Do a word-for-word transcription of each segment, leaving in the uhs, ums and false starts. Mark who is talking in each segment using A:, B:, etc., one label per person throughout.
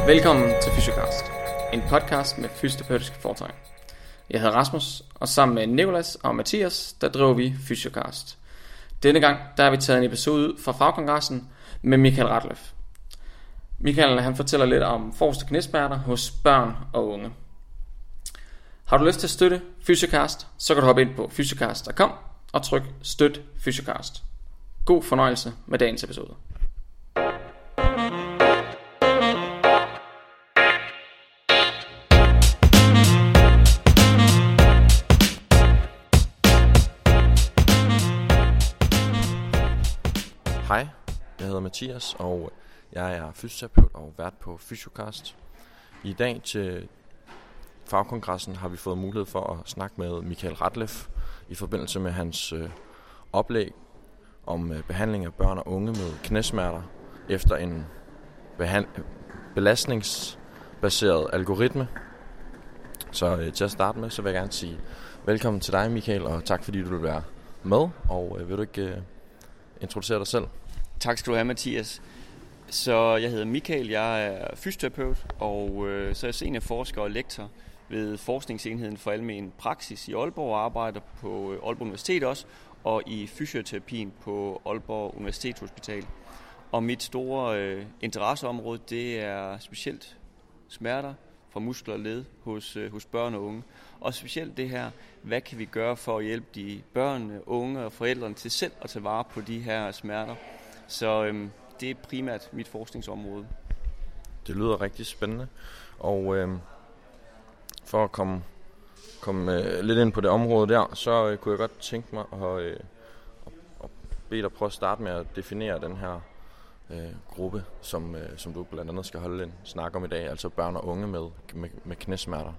A: Velkommen til Fysiocast, en podcast med fysioterapeutiske foretegn. Jeg hedder Rasmus, og sammen med Nicolas og Mathias, der driver vi Fysiocast. Denne gang, der har vi taget en episode ud fra fagkongressen med Michael Ratlef. Michael, han fortæller lidt om forreste knæsmerter hos børn og unge. Har du lyst til at støtte Fysiocast, så kan du hoppe ind på fysiocast punktum com og tryk støt Fysiocast. God fornøjelse med dagens episode.
B: Hej, jeg hedder Mathias, og jeg er fysioterapeut og vært på Fysiocast. I dag til fagkongressen har vi fået mulighed for at snakke med Michael Ratlef i forbindelse med hans øh, oplæg om øh, behandling af børn og unge med knæsmerter efter en behand- belastningsbaseret algoritme. Så øh, til at starte med, så vil jeg gerne sige velkommen til dig, Michael, og tak fordi du vil være med, og øh, vil du ikke øh, introducere dig selv?
C: Tak skal du have, Mathias. Så jeg hedder Michael, jeg er fysioterapeut, og øh, så er jeg seniorforsker og lektor ved Forskningsenheden for Almen Praksis i Aalborg, og arbejder på Aalborg Universitet også, og i fysioterapien på Aalborg Universitetshospital. Og mit store øh, interesseområde, det er specielt smerter fra muskler og led hos, øh, hos børn og unge. Og specielt det her, hvad kan vi gøre for at hjælpe de børn, unge og forældrene til selv at tage vare på de her smerter. Så øhm, det er primært mit forskningsområde.
B: Det lyder rigtig spændende, og øh, for at komme, komme øh, lidt ind på det område der, så øh, kunne jeg godt tænke mig at, øh, at bede dig prøve at starte med at definere den her øh, gruppe, som, øh, som du blandt andet skal holde en snak om i dag, altså børn og unge med, med, med knæsmerter.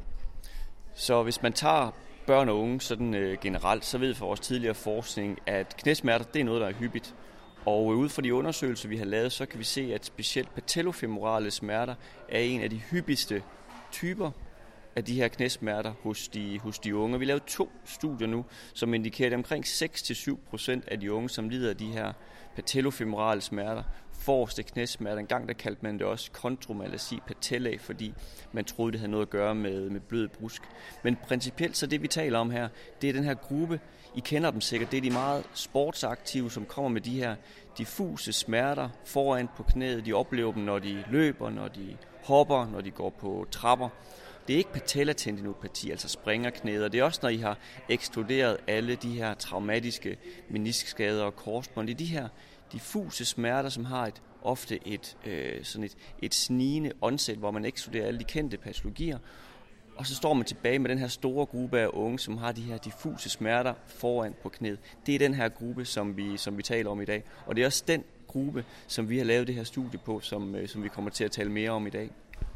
C: Så hvis man tager børn og unge sådan øh, generelt, så ved vi fra vores tidligere forskning, at knæsmerter, det er noget, der er hyppigt. Og ud fra de undersøgelser, vi har lavet, så kan vi se, at specielt patellofemorale smerter er en af de hyppigste typer af de her knæsmerter hos de, hos de unge. Vi har lavet to studier nu, som indikerer, at omkring seks til syv procent af de unge, som lider af de her patellofemorale smerter, forreste knæsmerter. En gang der kaldte man det også kondromalasi patella, fordi man troede, det havde noget at gøre med, med blød brusk. Men principielt så det, vi taler om her, det er den her gruppe, I kender dem sikkert, det er de meget sportsaktive, som kommer med de her diffuse smerter foran på knæet. De oplever dem, når de løber, når de hopper, når de går på trapper. Det er ikke patellatendinopati, altså springer knæet, og det er også, når I har ekskluderet alle de her traumatiske meniskskader og korsbånd. Det er de her diffuse smerter, som har et, ofte et, øh, sådan et, et snigende åndsæt, hvor man ekskluderer alle de kendte patologier. Og så står man tilbage med den her store gruppe af unge, som har de her diffuse smerter foran på knæet. Det er den her gruppe, som vi, som vi taler om i dag. Og det er også den gruppe, som vi har lavet det her studie på, som, som vi kommer til at tale mere om i dag.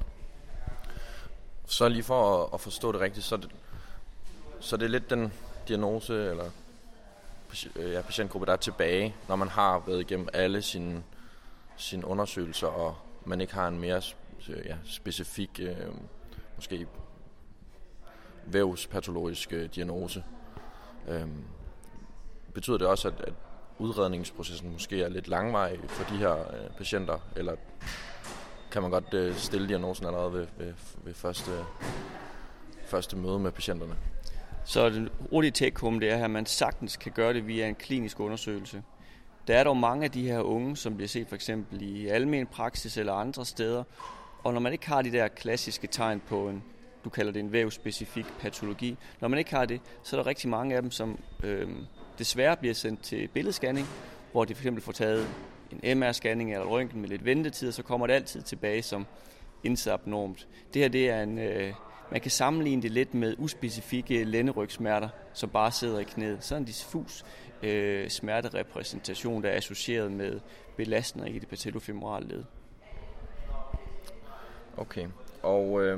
B: Så lige for at, at forstå det rigtigt, så er det, så er det lidt den diagnose eller ja, patientgruppe, der er tilbage, når man har været igennem alle sine, sine undersøgelser, og man ikke har en mere ja, specifik, øh, måske vævspatologisk øh, diagnose. Øhm, betyder det også, at, at udredningsprocessen måske er lidt langvarig for de her øh, patienter, eller kan man godt øh, stille diagnosen allerede ved, ved, ved første, første møde med patienterne?
C: Så den hurtige take-home, det er her, at man sagtens kan gøre det via en klinisk undersøgelse. Der er dog mange af de her unge, som bliver set for eksempel i almen praksis eller andre steder, og når man ikke har de der klassiske tegn på en, du kalder det en vævspecifik patologi, når man ikke har det, så er der rigtig mange af dem, som øh, desværre bliver sendt til billedscanning, hvor de for eksempel får taget en M R-scanning eller røntgen med lidt ventetid, så kommer det altid tilbage som intet abnormt. Det her, det er en, øh, man kan sammenligne det lidt med uspecifikke lænderygsmerter, som bare sidder i knæet. Så er en diffus øh, smerterepræsentation, der er associeret med belastninger i det patellofemorale led.
B: Okay, og øh,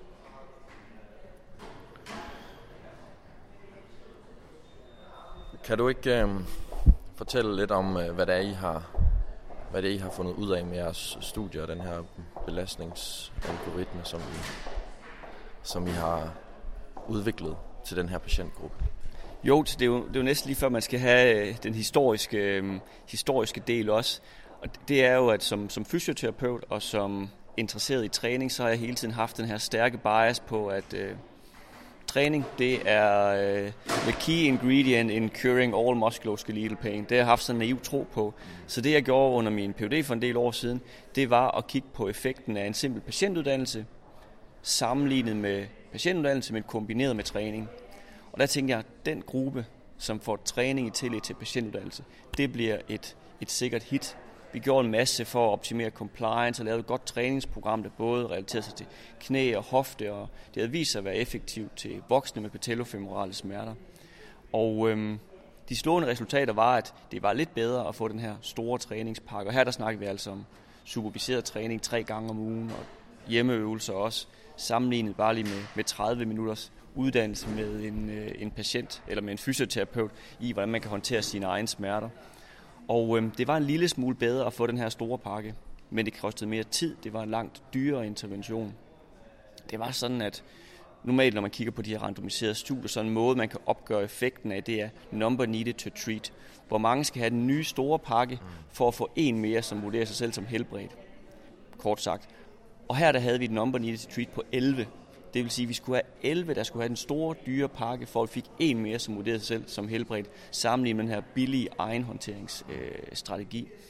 B: kan du ikke øh, fortælle lidt om, øh, hvad det er, I har, hvad det er, I har fundet ud af med jeres studier, den her belastningsalgoritme, som I, som I har udviklet til den her patientgruppe?
C: Jo, det er jo, det er jo næsten lige før, man skal have den historiske, øh, historiske del også. Og det er jo, at som, som fysioterapeut og som interesseret i træning, så har jeg hele tiden haft den her stærke bias på, at øh, træning, det er øh, the key ingredient in curing all musculoskeletal pain. Det har jeg haft sådan en naiv tro på. Så det, jeg gjorde under min P H D for en del år siden, det var at kigge på effekten af en simpel patientuddannelse, sammenlignet med patientuddannelse, men kombineret med træning. Og der tænkte jeg, at den gruppe, som får træning i tillid til patientuddannelse, det bliver et, et sikkert hit. Vi gjorde en masse for at optimere compliance og lavede et godt træningsprogram, der både relaterede sig til knæ og hofte, og det havde vist sig at være effektivt til voksne med patellofemorale smerter. Og øhm, de slående resultater var, at det var lidt bedre at få den her store træningspakke. Og her der snakker vi altså om superviseret træning tre gange om ugen, og hjemmeøvelser også, sammenlignet bare lige med, med tredive minutters uddannelse med en, øh, en patient eller med en fysioterapeut i, hvordan man kan håndtere sine egne smerter. Og øhm, det var en lille smule bedre at få den her store pakke, men det kostede mere tid. Det var en langt dyrere intervention. Det var sådan, at normalt, når man kigger på de her randomiserede studier, så en måde, man kan opgøre effekten af, det er number needed to treat. Hvor mange skal have den nye store pakke for at få en mere, som vurderer sig selv som helbredt. Kort sagt. Og her der havde vi et number needed to treat på elleve. Det vil sige, at vi skulle have elleve, der skulle have den store, dyre pakke, for at vi fik en mere, som vurderede sig selv som helbredt, sammenlignet med den her billige egenhåndteringsstrategi. Øh,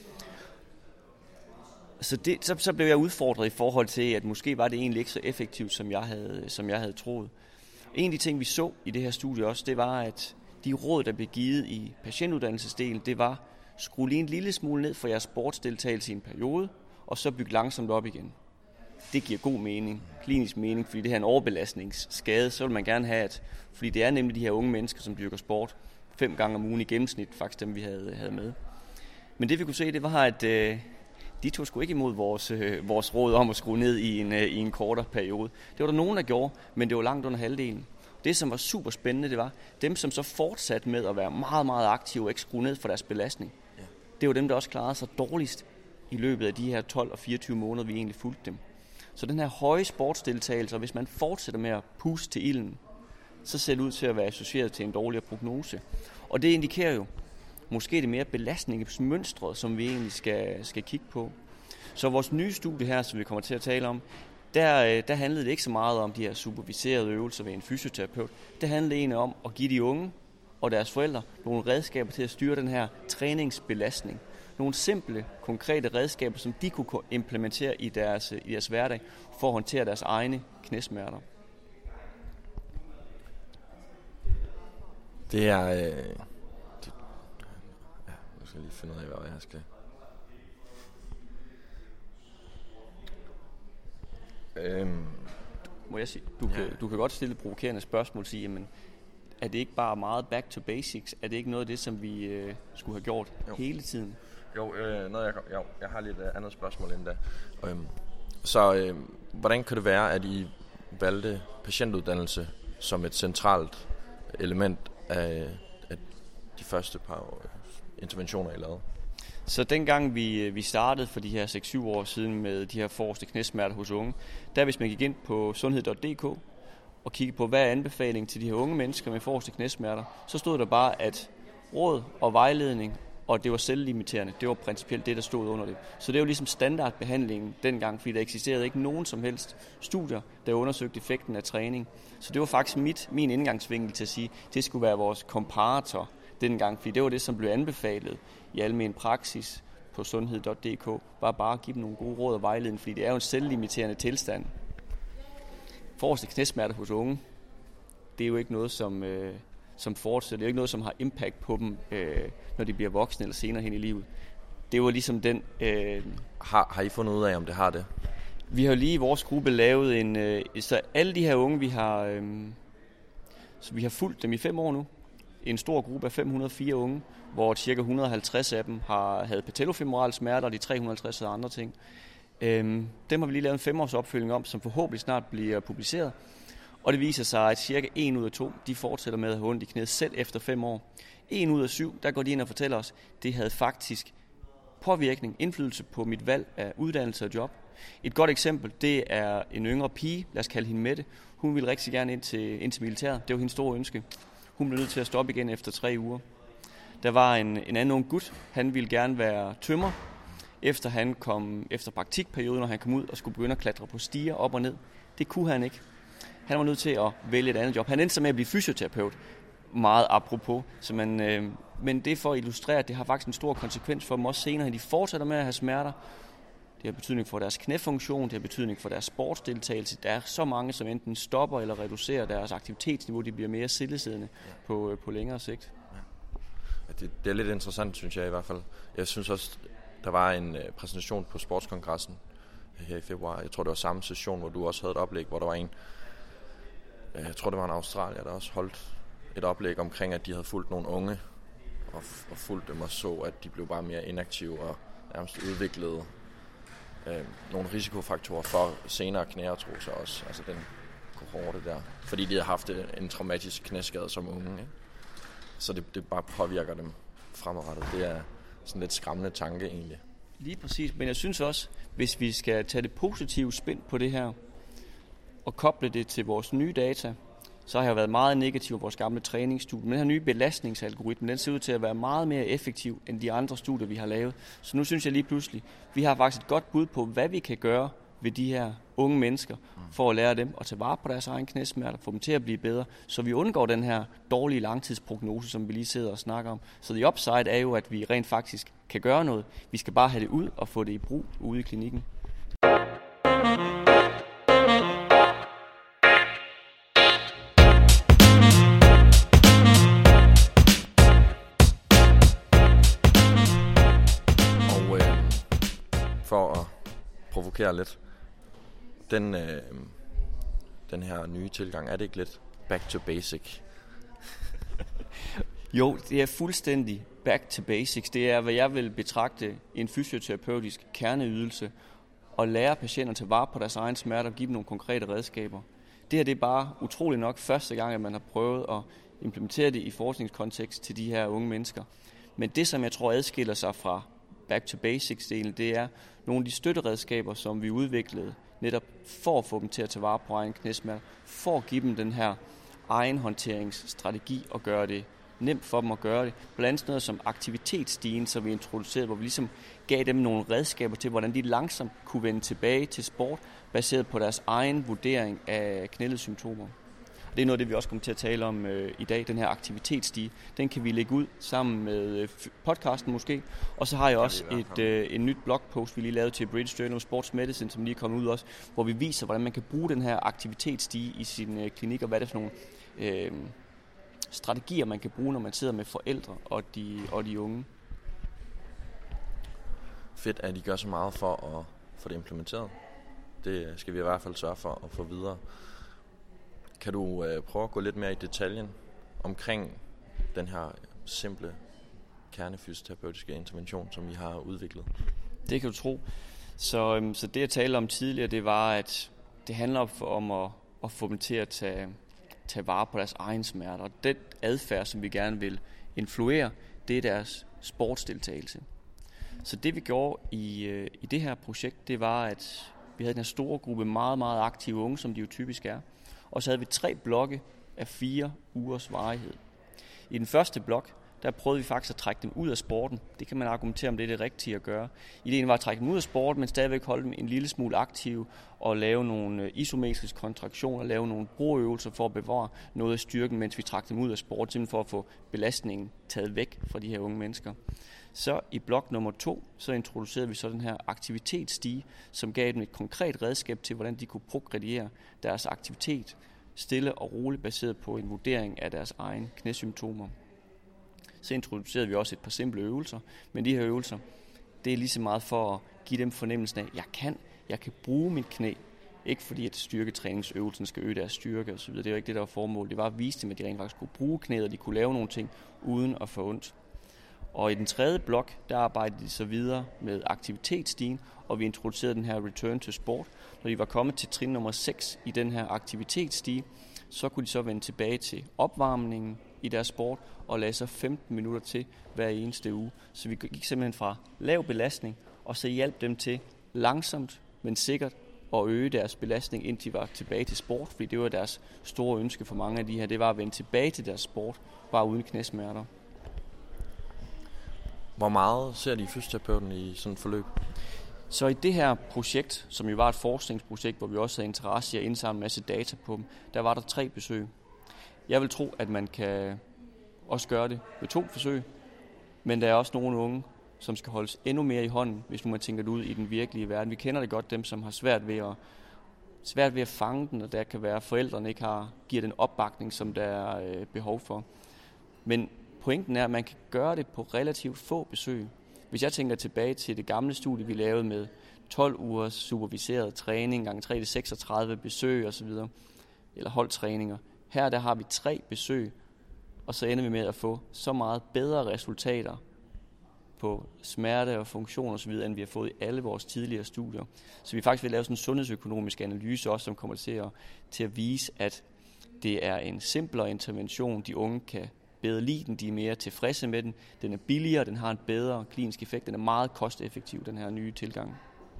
C: så, det, så, så blev jeg udfordret i forhold til, at måske var det egentlig ikke så effektivt, som jeg havde, som jeg havde troet. En af de ting, vi så i det her studie også, det var, at de råd, der blev givet i patientuddannelsesdelen, det var, skru lige en lille smule ned for jeres sportsdeltagelse i en periode, og så bygge langsomt op igen. Det giver god mening, klinisk mening, fordi det her er en overbelastningsskade, så vil man gerne have, at, fordi det er nemlig de her unge mennesker, som dyrker sport fem gange om ugen i gennemsnit, faktisk dem vi havde, havde med. Men det vi kunne se, det var, at øh, de tog sgu ikke imod vores, øh, vores råd om at skrue ned i en, øh, i en kortere periode. Det var der nogen, der gjorde, men det var langt under halvdelen. Det, som var super spændende, det var, dem som så fortsatte med at være meget, meget aktive og ikke skrue ned for deres belastning. Ja. Det var dem, der også klarede sig dårligst i løbet af de her tolv og fireogtyve måneder, vi egentlig fulgte dem. Så den her høje sportsdeltagelse, og hvis man fortsætter med at puste til ilden, så ser det ud til at være associeret til en dårligere prognose. Og det indikerer jo måske det mere belastningsmønstret, som vi egentlig skal, skal kigge på. Så vores nye studie her, som vi kommer til at tale om, der, der handlede det ikke så meget om de her superviserede øvelser ved en fysioterapeut. Det handlede egentlig om at give de unge og deres forældre nogle redskaber til at styre den her træningsbelastning. Nogle simple, konkrete redskaber, som de kunne implementere i deres, i deres hverdag for at håndtere deres egne knæsmerter.
B: Det er... Øh, det, ja, nu skal jeg lige finde ud af, hvad jeg skal... Øhm,
C: Må jeg sige? Du, ja. kan, du kan godt stille et provokerende spørgsmål og sige, jamen, er det ikke bare meget back to basics? Er det ikke noget af det, som vi øh, skulle have gjort jo. hele tiden?
B: Jo, øh, noget jeg, jo, jeg har lidt uh, andet spørgsmål end da. Øhm, så øh, hvordan kan det være, at I valgte patientuddannelse som et centralt element af, af de første par interventioner, I lavede?
C: Så dengang vi, vi startede for de her seks syv år siden med de her forreste knæsmerter hos unge, der hvis man gik ind på sundhed punktum d k og kiggede på, hvad er anbefalingen til de her unge mennesker med forreste knæsmerter, så stod der bare, at råd og vejledning, og det var selvlimiterende. Det var principielt det, der stod under det. Så det er jo ligesom standardbehandlingen dengang, fordi der eksisterede ikke nogen som helst studier, der undersøgte effekten af træning. Så det var faktisk mit, min indgangsvinkel til at sige, at det skulle være vores komparator dengang, fordi det var det, som blev anbefalet i almen praksis på sundhed punktum d k, var bare at give dem nogle gode råd og vejledning, fordi det er jo en selvlimiterende tilstand. Forreste knæsmerter hos unge, det er jo ikke noget, som... Øh, som fortsætter. Det er jo ikke noget, som har impact på dem, øh, når de bliver voksne eller senere hen i livet. Det var ligesom den... Øh,
B: har, har I fundet ud af, om det har det?
C: Vi har lige i vores gruppe lavet en... Øh, så alle de her unge, vi har... Øh, så vi har fulgt dem i fem år nu. En stor gruppe af fem hundrede og fire unge, hvor ca. et hundrede og halvtreds af dem har havde patellofemorale smerter, og de tre hundrede og halvtreds havde andre ting. Øh, dem har vi lige lavet en femårs opfølging om, som forhåbentlig snart bliver publiceret. Og det viser sig, at cirka en ud af to, de fortsætter med at have ondt i knæet selv efter fem år. En ud af syv, der går de ind og fortæller os, det havde faktisk påvirkning, indflydelse på mit valg af uddannelse og job. Et godt eksempel, det er en yngre pige, lad os kalde hende Mette. Hun ville rigtig gerne ind til, ind til militæret. Det var hendes store ønske. Hun blev nødt til at stoppe igen efter tre uger. Der var en, en anden ung gut, han ville gerne være tømrer. efter han kom efter praktikperioden, når han kom ud og skulle begynde at klatre på stiger op og ned. Det kunne han ikke. Han var nødt til at vælge et andet job. Han endte så med at blive fysioterapeut, meget apropos. Så man, øh, men det er for at illustrere, at det har faktisk en stor konsekvens for dem også senere, at de fortsætter med at have smerter. Det har betydning for deres knæfunktion, det har betydning for deres sportsdeltagelse. Der er så mange, som enten stopper eller reducerer deres aktivitetsniveau. De bliver mere stillesiddende ja. på, på længere sigt.
B: Ja, det, det er lidt interessant, synes jeg i hvert fald. Jeg synes også, der var en uh, præsentation på sportskongressen her i februar. Jeg tror, det var samme session, hvor du også havde et oplæg, hvor der var en, uh, jeg tror, det var en australier, der også holdt et oplæg omkring, at de havde fulgt nogle unge og, og fulgt dem og så, at de blev bare mere inaktive og nærmest udviklede øh, nogle risikofaktorer for senere knæartroser også, altså den kohorte der, fordi de har haft en traumatisk knæskade som unge, ikke? Så det, det bare påvirker dem fremadrettet. Det er sådan lidt skræmmende tanke egentlig.
C: Lige præcis, men jeg synes også, hvis vi skal tage det positive spin på det her og koble det til vores nye data, så har jeg været meget negativ af vores gamle træningsstudie. Men den her nye belastningsalgoritme, den ser ud til at være meget mere effektiv end de andre studier, vi har lavet. Så nu synes jeg lige pludselig, vi har faktisk et godt bud på, hvad vi kan gøre ved de her unge mennesker, for at lære dem at tage vare på deres egen knæsmerter, få dem til at blive bedre, så vi undgår den her dårlige langtidsprognose, som vi lige sidder og snakker om. Så the upside er jo, at vi rent faktisk kan gøre noget. Vi skal bare have det ud og få det i brug ude i klinikken.
B: For at provokere lidt. Den, øh, den her nye tilgang, er det ikke lidt back to basic?
C: Jo, det er fuldstændig back to basics. Det er, hvad jeg vil betragte en fysioterapeutisk kerneydelse, og lære patienter til vare på deres egen smerter og give dem nogle konkrete redskaber. Det her det er bare utrolig nok første gang, at man har prøvet at implementere det i forskningskontekst til de her unge mennesker. Men det, som jeg tror adskiller sig fra back to basics-delen, det er nogle af de støtteredskaber, som vi udviklede netop for at få dem til at tage vare på egen knæsmerter, for at give dem den her egenhåndteringsstrategi og gøre det nemt for dem at gøre det. Blandt andet noget som aktivitetsstigen, som vi introducerede, hvor vi ligesom gav dem nogle redskaber til, hvordan de langsomt kunne vende tilbage til sport, baseret på deres egen vurdering af knæledsymptomer. Det er noget af det, vi også kommer til at tale om øh, i dag, den her aktivitetsstige. Den kan vi lægge ud sammen med øh, podcasten måske. Og så har jeg også et, øh, en nyt blogpost, vi lige lavede til British Journal of Sports Medicine, som lige er kommet ud også, hvor vi viser, hvordan man kan bruge den her aktivitetsstige i sin øh, klinik, og hvad det er for nogle øh, strategier, man kan bruge, når man sidder med forældre og de, og de unge.
B: Fedt, at I gør så meget for at få det implementeret. Det skal vi i hvert fald sørge for at få videre. Kan du øh, prøve at gå lidt mere i detaljen omkring den her simple kernefysioterapeutiske intervention, som vi har udviklet?
C: Det kan du tro. Så, øhm, så det, jeg talte om tidligere, det var, at det handler om at, at få dem til at tage, tage vare på deres egen smerter. Og den adfærd, som vi gerne vil influere, det er deres sportsdeltagelse. Så det, vi gjorde i, øh, i det her projekt, det var, at vi havde en store gruppe meget, meget aktive unge, som de jo typisk er. Og så havde vi tre blokke af fire ugers varighed. I den første blok, der prøvede vi faktisk at trække dem ud af sporten. Det kan man argumentere om, det er det rigtige at gøre. Ideen var at trække dem ud af sporten, men stadigvæk holde dem en lille smule aktive og lave nogle isometriske kontraktioner, lave nogle broøvelser for at bevare noget af styrken, mens vi trak dem ud af sporten, simpelthen for at få belastningen taget væk fra de her unge mennesker. Så i blok nummer to, så introducerede vi så den her aktivitetsstige, som gav dem et konkret redskab til, hvordan de kunne progrediere deres aktivitet, stille og roligt baseret på en vurdering af deres egen knæsymptomer. Så introducerede vi også et par simple øvelser, men de her øvelser, det er lige så meget for at give dem fornemmelsen af, at jeg kan, jeg kan bruge mit knæ. Ikke fordi, at styrketræningsøvelsen skal øge deres styrke osv. Det er jo ikke det, der var formålet. Det var at vise dem, at de rent faktisk kunne bruge knæet, og de kunne lave nogle ting uden at få ondt. Og i den tredje blok, der arbejdede de så videre med aktivitetsstigen, og vi introducerede den her return to sport. Når de var kommet til trin nummer seks i den her aktivitetsstige, så kunne de så vende tilbage til opvarmningen i deres sport, og lade sig femten minutter til hver eneste uge. Så vi gik simpelthen fra lav belastning, og så hjalp dem til langsomt, men sikkert at øge deres belastning, indtil de var tilbage til sport, fordi det var deres store ønske for mange af de her, det var at vende tilbage til deres sport, bare uden knæsmerter.
B: hvor meget ser de fysioterapeuten i sådan et forløb?
C: Så i det her projekt, som jo var et forskningsprojekt, hvor vi også havde interesse i at indsamle en masse data på dem, der var der tre besøg. Jeg vil tro, at man kan også gøre det ved to forsøg, men der er også nogle unge, som skal holdes endnu mere i hånden, hvis nu man tænker det ud i den virkelige verden. Vi kender det godt, dem som har svært ved at, svært ved at fange den, og der kan være, at forældrene ikke har, giver den opbakning, som der er øh, behov for. Men pointen er, at man kan gøre det på relativt få besøg. Hvis jeg tænker tilbage til det gamle studie, vi lavede med tolv ugers superviseret træning, gange tre til seksogtredive besøg osv., eller holdtræninger. Her der har vi tre besøg, og så ender vi med at få så meget bedre resultater på smerte og funktion osv., end vi har fået i alle vores tidligere studier. Så vi faktisk vil lave sådan en sundhedsøkonomisk analyse også, som kommer til at, til at vise, at det er en simplere intervention, de unge kan bedre lide den, de er mere tilfredse med den, den er billigere, den har en bedre klinisk effekt, den er meget kosteffektiv, den her nye tilgang.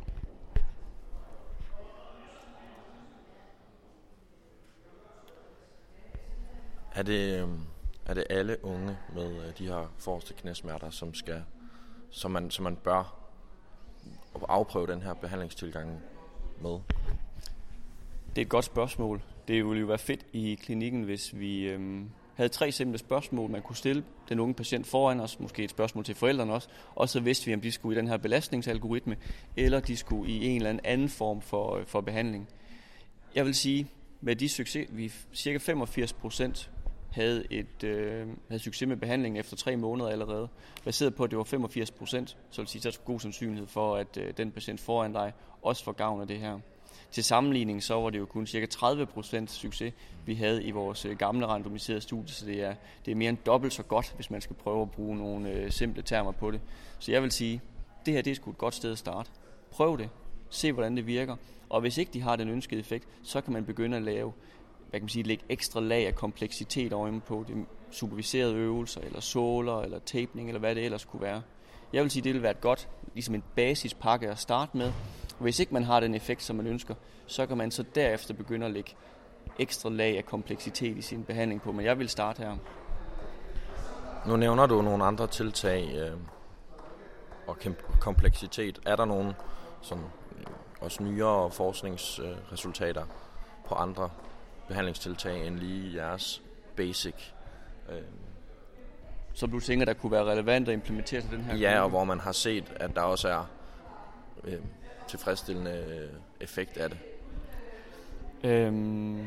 B: Er det, er det alle unge med de her forreste knæsmerter, som skal, som man, som man bør afprøve den her behandlingstilgang med?
C: Det er et godt spørgsmål. Det ville jo være fedt i klinikken, hvis vi øhm, havde tre simple spørgsmål, man kunne stille den unge patient foran os, måske et spørgsmål til forældrene også, og så vidste vi, om de skulle i den her belastningsalgoritme, eller de skulle i en eller anden form for, for behandling. Jeg vil sige, med de succes, vi cirka femogfirs procent havde, et, øh, havde succes med behandlingen efter tre måneder allerede. Baseret på, at det var femogfirs procent, så vil sige, så er der god sandsynlighed for, at øh, den patient foran dig også får gavn af det her. Til sammenligning så var det jo kun cirka tredive procent succes, vi havde i vores øh, gamle randomiserede studie, så det er, det er mere end dobbelt så godt, hvis man skal prøve at bruge nogle øh, simple termer på det. Så jeg vil sige, det her det er sgu et godt sted at starte. Prøv det. Se, hvordan det virker. Og hvis ikke de har den ønskede effekt, så kan man begynde at lave, hvad kan man sige, lægge ekstra lag af kompleksitet oven på det, superviserede øvelser, eller såler, eller tapning, eller hvad det ellers kunne være. Jeg vil sige, det vil være et godt, ligesom en basispakke at starte med. Og hvis ikke man har den effekt, som man ønsker, så kan man så derefter begynde at lægge ekstra lag af kompleksitet i sin behandling på. Men jeg vil starte her.
B: Nu nævner du nogle andre tiltag øh, og kompleksitet. Er der nogle sådan, også nyere forskningsresultater på andre behandlingstiltag end lige jeres basic? Øh.
C: Som du tænker, der kunne være relevant at implementere til den her?
B: Ja, og hvor man har set, at der også er øh, tilfredsstillende effekt af det.
C: Øhm,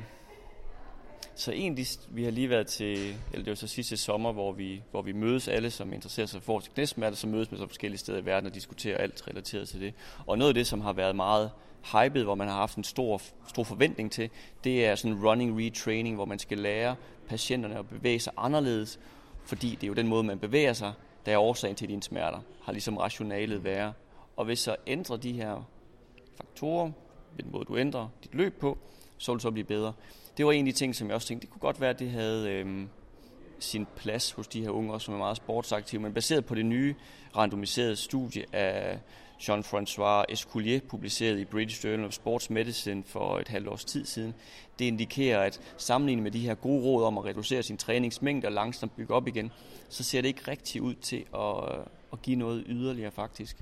C: så egentlig, vi har lige været til, eller det var så sidste sommer, hvor vi, hvor vi mødes alle, som interesserer sig for knæsmerter, så mødes med så forskellige steder i verden og diskuterer alt relateret til det. Og noget af det, som har været meget hypet, hvor man har haft en stor, stor forventning til, det er sådan running retraining, hvor man skal lære patienterne at bevæge sig anderledes, fordi det er jo den måde, man bevæger sig, der er årsagen til dine smerter, har ligesom rationalet være. Og hvis så ændrer de her faktorer, ved den måde, du ændrer dit løb på, så vil det så blive bedre. Det var en af de ting, som jeg også tænkte, det kunne godt være, at det havde øhm, sin plads hos de her unge, som er meget sportsaktive, men baseret på det nye randomiserede studie af Jean-François Esculier, publiceret i British Journal of Sports Medicine for et halvt års tid siden. Det indikerer, at sammenlignet med de her gode råd om at reducere sin træningsmængde og langsomt bygge op igen, så ser det ikke rigtig ud til at, at give noget yderligere faktisk.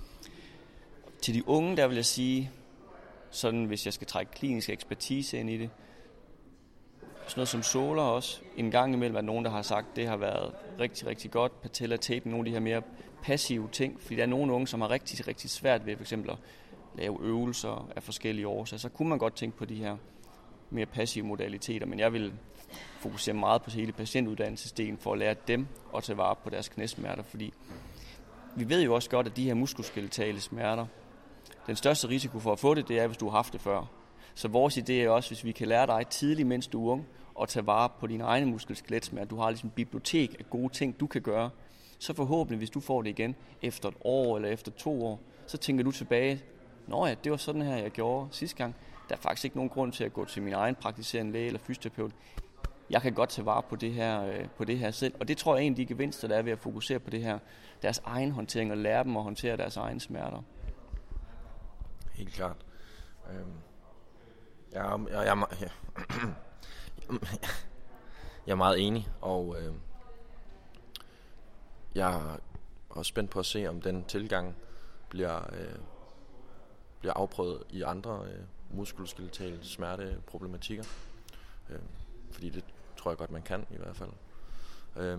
C: Til de unge, der vil jeg sige, sådan hvis jeg skal trække klinisk ekspertise ind i det, sådan noget som såler også, en gang imellem er nogen, der har sagt, det har været rigtig, rigtig godt, patella tape, nogle af de her mere passive ting, fordi der er nogle unge, som har rigtig, rigtig svært ved for eksempel at lave øvelser af forskellige årsager, så kunne man godt tænke på de her mere passive modaliteter, men jeg vil fokusere meget på hele patientuddannelsesdelen for at lære dem at tage vare på deres knæsmerter, fordi vi ved jo også godt, at de her muskelskeletale smerter, den største risiko for at få det, det er, hvis du har haft det før. Så vores idé er også, hvis vi kan lære dig tidligt, mens du er ung, at tage vare på dine egne muskelskeletsmerter. Du har ligesom et bibliotek af gode ting, du kan gøre. Så forhåbentlig, hvis du får det igen efter et år eller efter to år, så tænker du tilbage, nå ja, det var sådan her, jeg gjorde sidste gang. Der er faktisk ikke nogen grund til at gå til min egen praktiserende læge eller fysioterapeut. Jeg kan godt tage vare på det her, på det her selv. Og det tror jeg er en af de gevinster, der er ved at fokusere på det her. Deres egen håndtering og lære dem at håndtere deres egne smerter.
B: Helt klart. Øhm, jeg, jeg, jeg, jeg, jeg er meget enig, og øh, jeg og spændt på at se, om den tilgang bliver, øh, bliver afprøvet i andre øh, muskuloskeletale smerteproblematikker. Øh, fordi det tror jeg godt, man kan i hvert fald. Øh,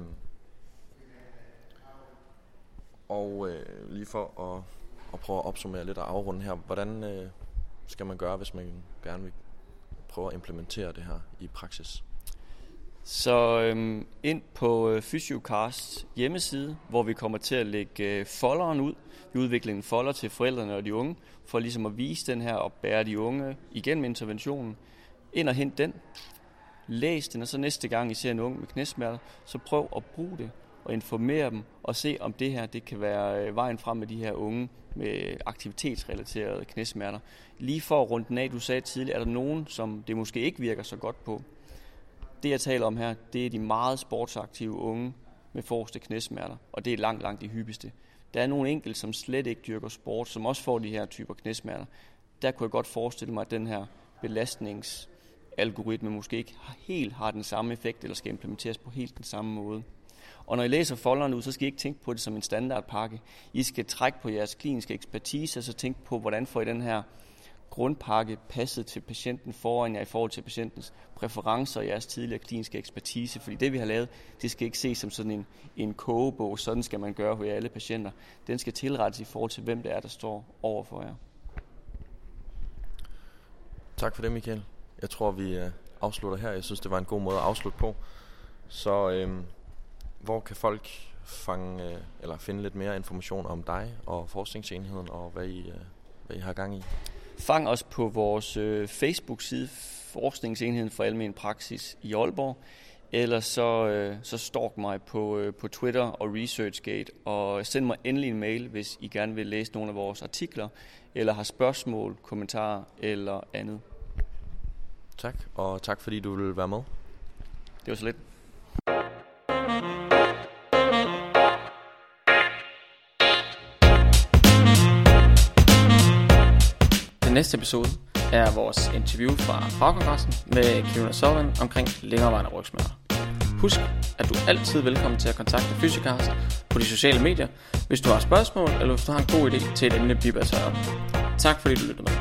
B: og øh, lige for at, at prøve at opsummere lidt og afrunde her, hvordan øh, skal man gøre, hvis man gerne vil prøve at implementere det her i praksis?
C: Så øhm, ind på øh, Fysiocast hjemmeside, hvor vi kommer til at lægge øh, folderen ud. Vi udvikler en folder til forældrene og de unge, for ligesom at vise den her og bære de unge igennem interventionen. Ind og hent den. Læs den, og så næste gang I ser en unge med knæsmerter, så prøv at bruge det og informere dem og se, om det her det kan være vejen frem med de her unge med aktivitetsrelaterede knæsmerter. Lige for at runde den af, du sagde tidligere, er der nogen, som det måske ikke virker så godt på. Det jeg taler om her, det er de meget sportsaktive unge med forreste knæsmerter, og det er langt, langt de hyppigste. Der er nogle enkelte, som slet ikke dyrker sport, som også får de her typer knæsmerter. Der kunne jeg godt forestille mig, at den her belastningsalgoritme måske ikke helt har den samme effekt, eller skal implementeres på helt den samme måde. Og når I læser folderen ud, så skal I ikke tænke på det som en standardpakke. I skal trække på jeres kliniske ekspertise, og så tænke på, hvordan får I den her grundpakke passet til patienten foran jer i forhold til patientens præferencer og jeres tidligere kliniske ekspertise. Fordi det, vi har lavet, det skal ikke ses som sådan en, en kogebog. Sådan skal man gøre hos alle patienter. Den skal tilrettes i forhold til, hvem det er, der står over for jer.
B: Tak for det, Michael. Jeg tror, vi afslutter her. Jeg synes, det var en god måde at afslutte på. Så øhm, hvor kan folk fange, eller finde lidt mere information om dig og forskningsenheden, og hvad I, hvad I har gang i?
C: Fang os på vores øh, Facebook-side, Forskningsenheden for Almen Praksis i Aalborg, eller så, øh, så stalk mig på, øh, på Twitter og ResearchGate, og send mig endelig en mail, hvis I gerne vil læse nogle af vores artikler, eller har spørgsmål, kommentarer eller andet.
B: Tak, og tak fordi du ville være med.
C: Det var så lidt.
A: Næste episode er vores interview fra fagkongressen med Kevin Sullivan omkring længerevarende rygsmerter. Husk, at du er altid velkommen til at kontakte Fysiocast på de sociale medier, hvis du har spørgsmål, eller hvis du har en god idé til et emne, vi bør tage op. Tak fordi du lyttede med.